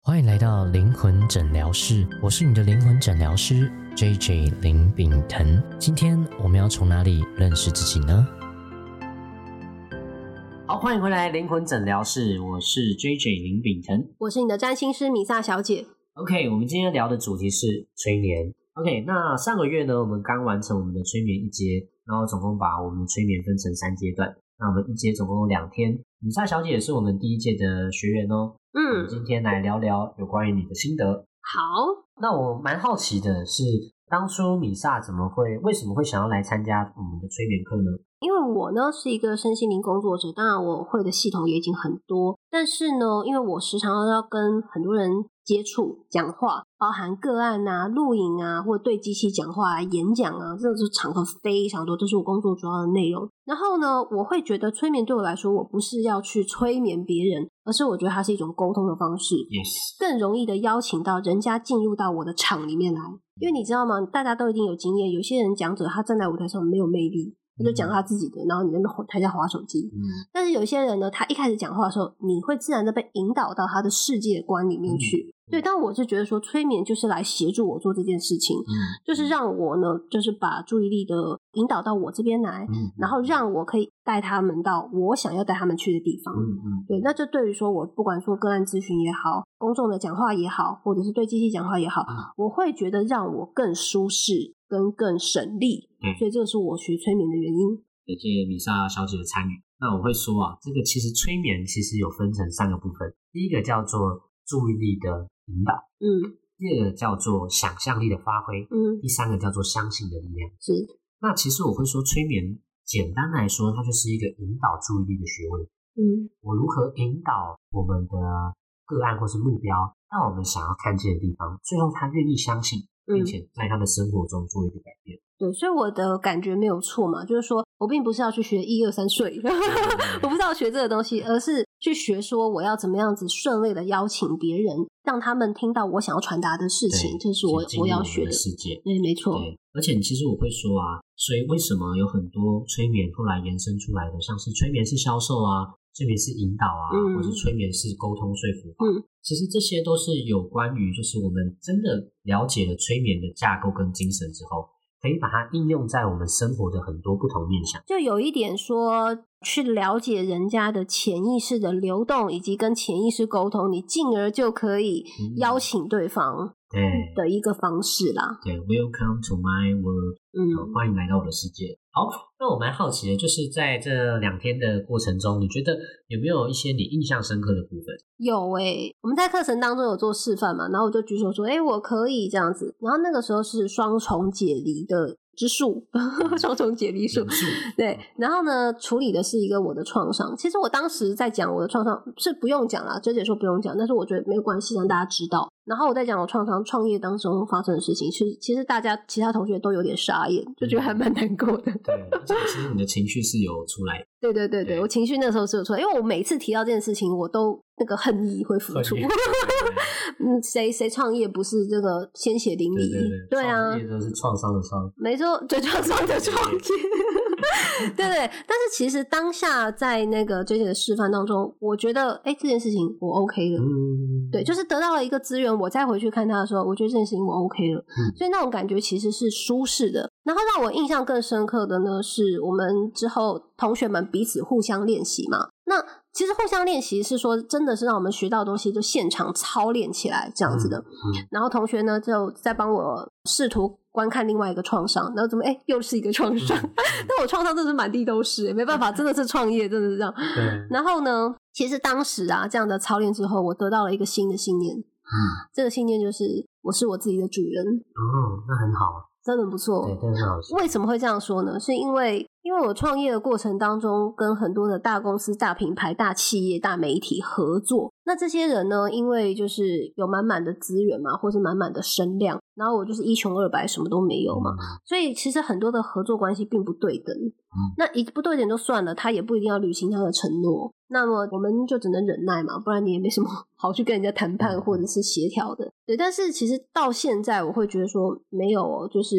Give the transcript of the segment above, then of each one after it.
欢迎来到灵魂诊疗室，我是你的灵魂诊疗师 JJ 林炳腾。今天我们要从哪里认识自己呢？好，欢迎回来灵魂诊疗室，我是 JJ 林炳腾， 我是你的占星师米萨小姐。 OK， 我们今天聊的主题是催眠。 OK， 那上个月呢，我们刚完成我们的催眠一阶，然后总共把我们的催眠分成3阶段，那我们一阶总共有2天。米萨小姐也是我们第一届的学员哦。我们今天来聊聊有关于你的心得。 好， 那我蛮好奇的是，当初米萨为什么会想要来参加我们的催眠课呢？ 因为我呢是一个身心灵工作者，当然我会的系统也已经很多，但是呢，因为我时常要跟很多人接触讲话，包含个案啊、录影啊，或者对机器讲话啊、演讲啊，这种场合非常多，这是我工作主要的内容。然后呢，我会觉得催眠对我来说，我不是要去催眠别人，而是我觉得它是一种沟通的方式， Yes， 更容易的邀请到人家进入到我的场里面来。因为你知道吗，大家都一定有经验，有些人讲者他站在舞台上没有魅力，他就讲他自己的，然后你在那边台下滑手机。但是有些人呢，他一开始讲话的时候，你会自然的被引导到他的世界观里面去。对，但我是觉得说，催眠就是来协助我做这件事情，就是让我呢，就是把注意力的引导到我这边来，然后让我可以带他们到我想要带他们去的地方。对，那这对于说我不管说个案咨询也好，公众的讲话也好，或者是对机器讲话也好，我会觉得让我更舒适跟更省力。所以这个是我学催眠的原因。 谢谢米萨小姐的参与。那我会说啊，这个其实催眠其实有分成3个部分，第一个叫做注意力的引导，第二个叫做想象力的发挥，第3个叫做相信的力量。 是。 那其实我会说，催眠简单来说，它就是一个引导注意力的学问。我如何引导我们的个案或是目标到我们想要看见的地方，最后他愿意相信，并且在他的生活中做一个改变。 对，所以我的感觉没有错嘛，就是说我并不是要去学1、2、3睡我不是要学这个东西，而是去学说我要怎么样子顺利的邀请别人，让他们听到我想要传达的事情，这是我要学的世界。 没错。 对，而且其实我会说啊，所以为什么有很多催眠后来延伸出来的，像是催眠式销售啊，催眠式引导啊，或是催眠式沟通说服法，其实这些都是有关于就是我们真的了解了催眠的架构跟精神之后，可以把它应用在我们生活的很多不同面向。就有一点说去了解人家的潜意识的流动，以及跟潜意识沟通，你进而就可以邀请对方的一个方式啦。 对 ，Welcome to my world，欢迎来到我的世界。好，那我蛮好奇的，就是在这2天的过程中，你觉得有没有一些你印象深刻的部分？ 有我们在课程当中有做示范嘛，然后我就举手说我可以这样子，然后那个时候是双重解离的之术双重解离术，对，然后呢处理的是一个我的创伤。其实我当时在讲我的创伤是不用讲啦，娟姐说不用讲，但是我觉得没有关系，让大家知道。然后我在讲我创业当中发生的事情，其实大家其他同学都有点傻眼，就觉得还蛮难过的。 对，而且其实你的情绪是有出来的。 对，我情绪那时候是有出来，因为我每次提到这件事情，我都那个恨意会浮出。谁创业不是这个鲜血淋漓？对啊， 创业都是创伤的创， 没错，对，创伤的创业。对，但是其实当下在那个JJ的示范当中，我觉得这件事情我 OK 了。对，就是得到了一个资源，我再回去看他的时候，我觉得这件事情我 OK 了。所以那种感觉其实是舒适的。然后让我印象更深刻的呢，是我们之后同学们彼此互相练习嘛。那其实互相练习是说真的是让我们学到的东西就现场操练起来这样子的。然后同学呢就在帮我试图观看另外一个创伤，然后怎么又是一个创伤但我创伤真的是满地都是没办法，真的是创业，真的是这样。然后呢其实当时啊这样的操练之后，我得到了一个新的信念。这个信念就是我是我自己的主人。 那很好， 真的不错。 对，真的很好。 为什么会这样说呢？是因为我创业的过程当中跟很多的大公司、大品牌、大企业、大媒体合作，那这些人呢因为就是有满满的资源嘛，或是满满的声量，然后我就是一穷二白什么都没有嘛，所以其实很多的合作关系并不对等。那一不对等就算了，他也不一定要履行他的承诺，那么我们就只能忍耐嘛，不然你也没什么好去跟人家谈判或者是协调的。对，但是其实到现在我会觉得说没有就是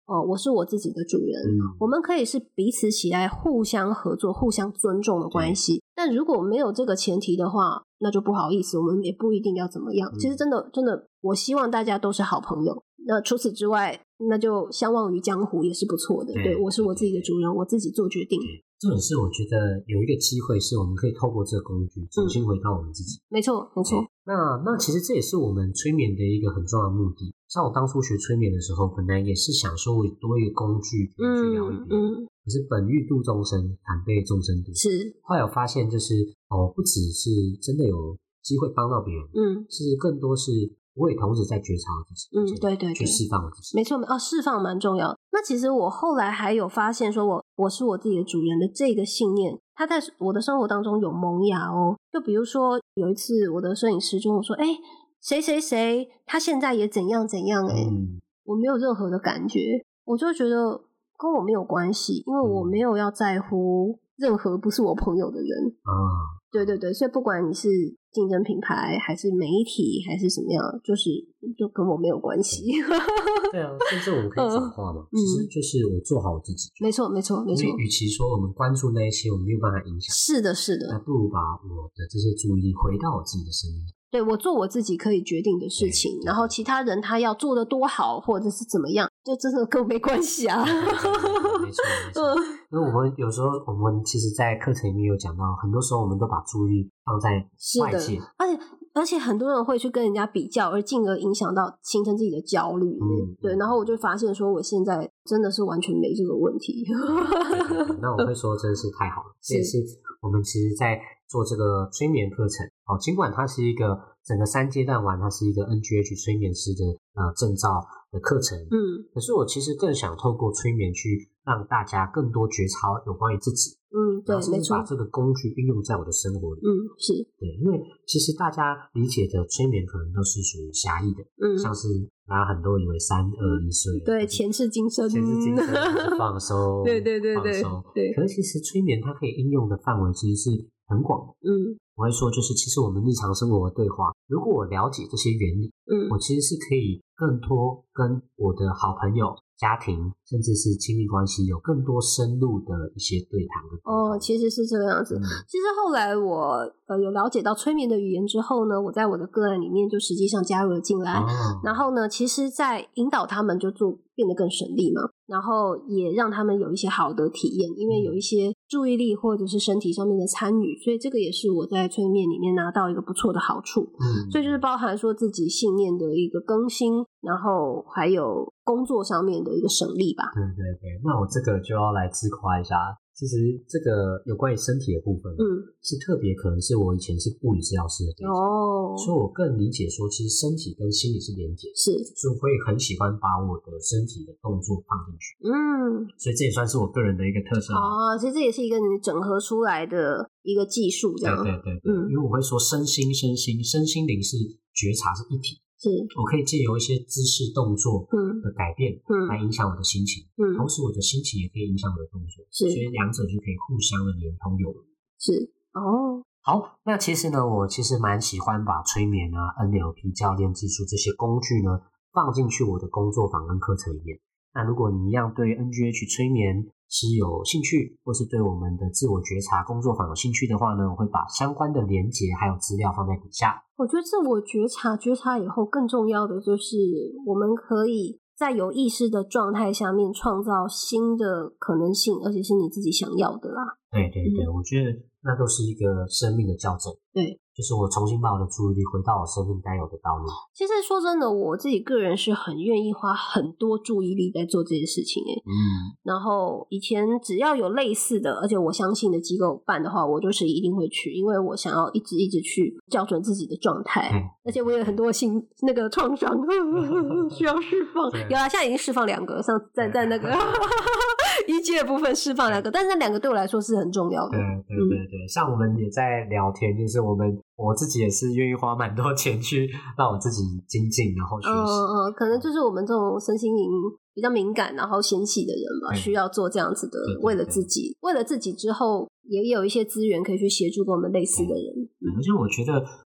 我是我自己的主人，我们可以是彼此喜爱、互相合作、互相尊重的关系。但如果没有这个前提的话，那就不好意思，我们也不一定要怎么样。其实真的，我希望大家都是好朋友。那除此之外，那就相忘于江湖也是不错的。对，我是我自己的主人，我自己做决定。 这种事我觉得有一个机会是我们可以透过这个工具重新回到我们自己。 没错没错。 那其实这也是我们催眠的一个很重要的目的。像我当初学催眠的时候，本来也是想说我多一个工具可以去疗愈别人，可是本欲度众生，坦被众生度。 是。 后来我发现就是不只是真的有机会帮到别人，其实更多是我也同时在觉察自己， 对， 去释放自己。 没错，释放蛮重要的。那其实我后来还有发现说我是我自己的主人的这个信念，它在我的生活当中有萌芽哦。就比如说有一次我的摄影师就跟我说，谁谁谁他现在也怎样怎样我没有任何的感觉，我就觉得跟我没有关系，因为我没有要在乎任何不是我朋友的人对对对，所以不管你是竞争品牌还是媒体还是什么样，就跟我没有关系对啊，甚至我们可以转化嘛，其实就是我做好我自己。 没错没错没错。 因为与其说我们关注那一些我们没有办法影响， 是的是的， 那不如把我的这些注意力回到我自己的生命。 对，我做我自己可以决定的事情，然后其他人他要做的多好或者是怎么样，就真的跟我没关系啊。 没错没错。因为我们有时候我们其实在课程里面有讲到，很多时候我们都把注意力放在外界， 而且很多人会去跟人家比较，而进而影响到形成自己的焦虑。对，然后我就发现说我现在真的是完全没这个问题。 对，那我会说真的是太好了。这也是我们其实在做这个催眠课程尽管它是一个整个3阶段完，它是一个 NGH 催眠师的证照的课程，可是我其实更想透过催眠去让大家更多觉察有关于自己， 对，没错， 把这个工具运用在我的生活里， 是对，因为其实大家理解的催眠可能都是属于狭义的，像是大家很多以为3、2、1岁， 对，前世今生， 放松， 对对对对， 放松，对。可是其实催眠它可以应用的范围其实是很广的，我会说就是其实我们日常生活的对话，如果我了解这些原理，我其实是可以更多跟我的好朋友、家庭甚至是亲密关系有更多深入的一些对谈的其实是这个样子。其实后来我有了解到催眠的语言之后呢，我在我的个案里面就实际上加入了进来，然后呢其实在引导他们就变得更省力嘛，然后也让他们有一些好的体验，因为有一些注意力或者是身体上面的参与，所以这个也是我在催眠里面拿到一个不错的好处。所以就是包含说自己信念的一个更新，然后还有工作上面的一个省力吧。 对对对，那我这个就要来自夸一下，其实这个有关于身体的部分，是特别可能是我以前是物理治疗师的背景，所以我更理解说其实身体跟心理是连结， 是， 所以我会很喜欢把我的身体的动作放进去，所以这也算是我个人的一个特色其实这也是一个你整合出来的一个技术，这样。 对对对，因为我会说身心灵是觉察是一体， 是我可以借由一些姿势动作的改变来影响我的心情，同时我的心情也可以影响我的动作，所以两者就可以互相的连通有。 是好，那其实呢，我其实蛮喜欢把催眠NLP 教练技术这些工具呢放进去我的工作坊跟课程里面。那如果你一样对 NGH 催眠是有兴趣，或是对我们的自我觉察工作坊有兴趣的话呢，我会把相关的连结还有资料放在底下。 我觉得自我觉察以后更重要的就是我们可以在有意识的状态下面创造新的可能性，而且是你自己想要的啦。 对对对，我觉得那都是一个生命的校正。 对， 就是我重新把我的注意力回到我生命该有的道路。 其实说真的，我自己个人是很愿意花很多注意力在做这些事情然后以前只要有类似的，而且我相信的机构办的话，我就是一定会去，因为我想要一直去校准自己的状态，而且我有很多那个创伤需要释放。有啦，现在已经释放2个，在那个一阶的部分释放2个，但是那2个对我来说是很重要的。 对对对对，像我们也在聊天，就是我自己也是愿意花蛮多钱去让我自己精进，然后学习。 可能就是我们这种身心灵比较敏感然后纤细的人吧，需要做这样子的，为了自己之后也有一些资源可以去协助跟我们类似的人。 而且我觉得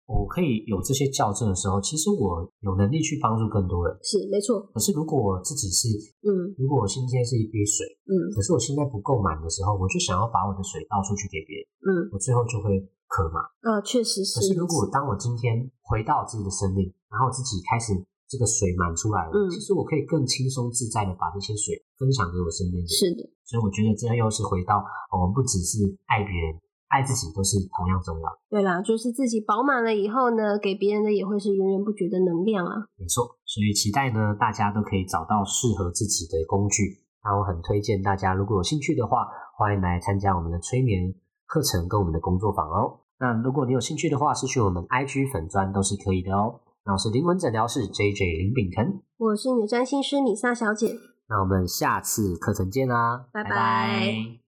我可以有这些校正的时候，其实我有能力去帮助更多人。 是，没错。 可是如果我自己是，如果我今天是一杯水，可是我现在不够满的时候，我就想要把我的水倒出去给别人，我最后就会渴嘛。 确实是。 可是如果当我今天回到自己的生命，然后自己开始这个水满出来了，其实我可以更轻松自在的把这些水分享给我身边的人。 是的。 所以我觉得这又是回到我们不只是爱别人，爱自己都是同样重要的。 对啦，就是自己饱满了以后呢，给别人的也会是源源不绝的能量啊。 没错，所以期待呢，大家都可以找到适合自己的工具。那我很推荐大家，如果有兴趣的话，欢迎来参加我们的催眠课程跟我们的工作坊哦。那如果你有兴趣的话，是去我们 IG 粉专都是可以的哦。那我是灵魂诊疗室 JJ 林炳腾， 我是你的占星师米萨小姐。 那我们下次课程见啦， 拜拜。